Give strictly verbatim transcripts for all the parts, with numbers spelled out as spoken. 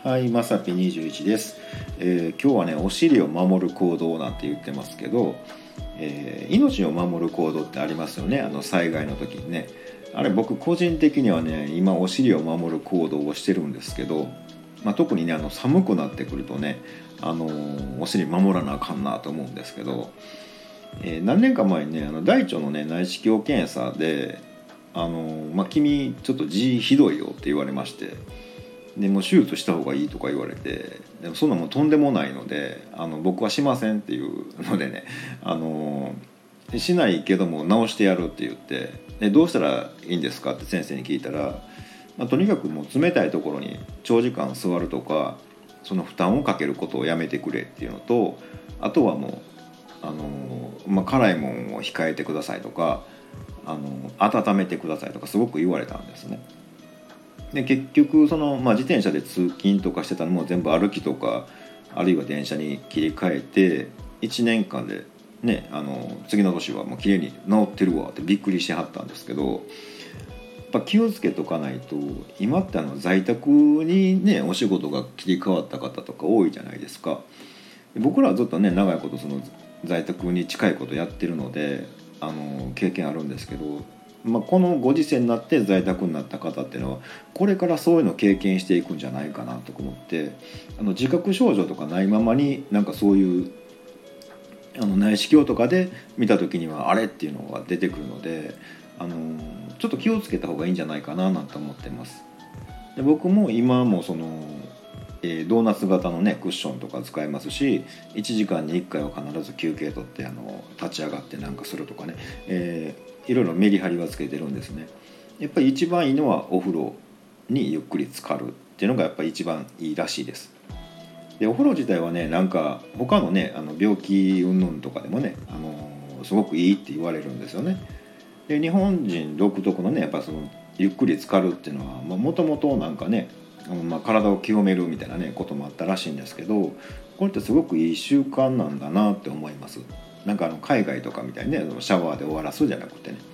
はい、まさぴにじゅういちです、えー、今日はねお尻を守る行動なんて言ってますけど、えー、命を守る行動ってありますよね。あの災害の時にね、あれ僕個人的にはね今お尻を守る行動をしてるんですけど、まあ、特にねあの寒くなってくるとね、あのー、お尻守らなあかんなと思うんですけど、えー、何年か前にねあの大腸のね内視鏡検査であのー、まあ、君ちょっと字ひどいよって言われまして、でもう手術した方がいいとか言われて、でもそんなもんとんでもないのであの僕はしませんっていうのでね、あのしないけども治してやるって言って、でどうしたらいいんですかって先生に聞いたら、まあ、とにかくもう冷たいところに長時間座るとかその負担をかけることをやめてくれっていうのと、あとはもうあの、まあ、辛いもんを控えてくださいとか、あの温めてくださいとかすごく言われたんですね。で結局その、まあ、自転車で通勤とかしてたのも全部歩きとかあるいは電車に切り替えていちねんかんで、ね、あの次の年はもう綺麗に治ってるわってびっくりしてはったんですけど、やっぱ気をつけとかないと今ってあの在宅にねお仕事が切り替わった方とか多いじゃないですか。僕らはずっとね長いことその在宅に近いことやってるのであの経験あるんですけど、まあ、このご時世になって在宅になった方っていうのはこれからそういうのを経験していくんじゃないかなと思って、あの自覚症状とかないままになんかそういうあの内視鏡とかで見た時にはあれっていうのが出てくるので、あのちょっと気をつけた方がいいんじゃないかななんて思ってます。で僕も今もその、えー、ドーナツ型のねクッションとか使いますし、いちじかんにいっかいは必ず休憩取ってあの立ち上がってなんかするとかね、えーいろいろメリハリはつけてるんですね。やっぱり一番いいのはお風呂にゆっくり浸かるっていうのがやっぱり一番いいらしいです。でお風呂自体はねなんか他のねあの病気云々とかでもね、あのー、すごくいいって言われるんですよね。で日本人独特のねやっぱそのゆっくり浸かるっていうのはもともとなんかね、まあ、体を清めるみたいなねこともあったらしいんですけど、これってすごくいい習慣なんだなって思います。なんかあの海外とかみたいにねシャワーで終わらすじゃなくてね、で、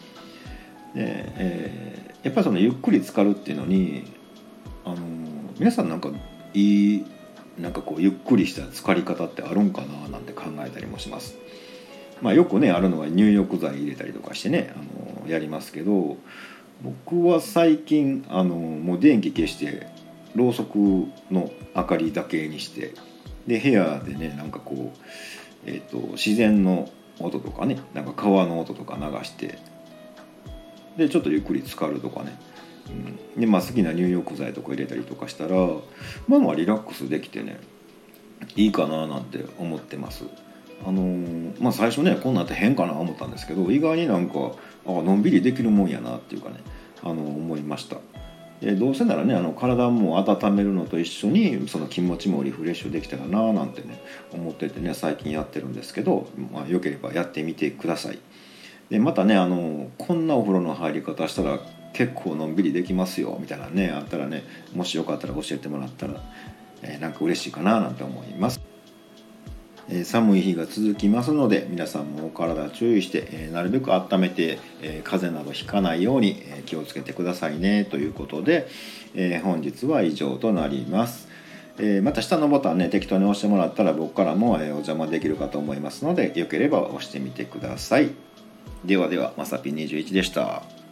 えー、やっぱりそのゆっくり浸かるっていうのに、あのー、皆さんなんかいいなんかこうゆっくりした浸かり方ってあるんかななんて考えたりもします。まあ、よくねあるのは入浴剤入れたりとかしてね、あのー、やりますけど、僕は最近、あのー、もう電気消してろうそくの明かりだけにして、で部屋でねなんかこうえー、と自然の音とかね、なんか川の音とか流して、でちょっとゆっくり浸かるとかね、うんでまあ、好きな入浴剤とか入れたりとかしたら、まあまあリラックスできてねいいかななんて思ってます。あのー、まあ最初ねこんなんって変かな思ったんですけど、意外になんかあのんびりできるもんやなっていうかね、あの思いました。でどうせならねあの体も温めるのと一緒にその気持ちもリフレッシュできたらななんてね思っててね最近やってるんですけど、まあ、よければやってみてください。でまたねあのこんなお風呂の入り方したら結構のんびりできますよみたいなねあったらね、もしよかったら教えてもらったら、えー、なんか嬉しいかななんて思います。えー、寒い日が続きますので皆さんもお体注意して、えー、なるべく温めて、えー、風邪などひかないように、えー、気をつけてくださいねということで、えー、本日は以上となります。えー、また下のボタンね適当に押してもらったら僕からも、えー、お邪魔できるかと思いますのでよければ押してみてください。ではではまさぴにじゅういちでした。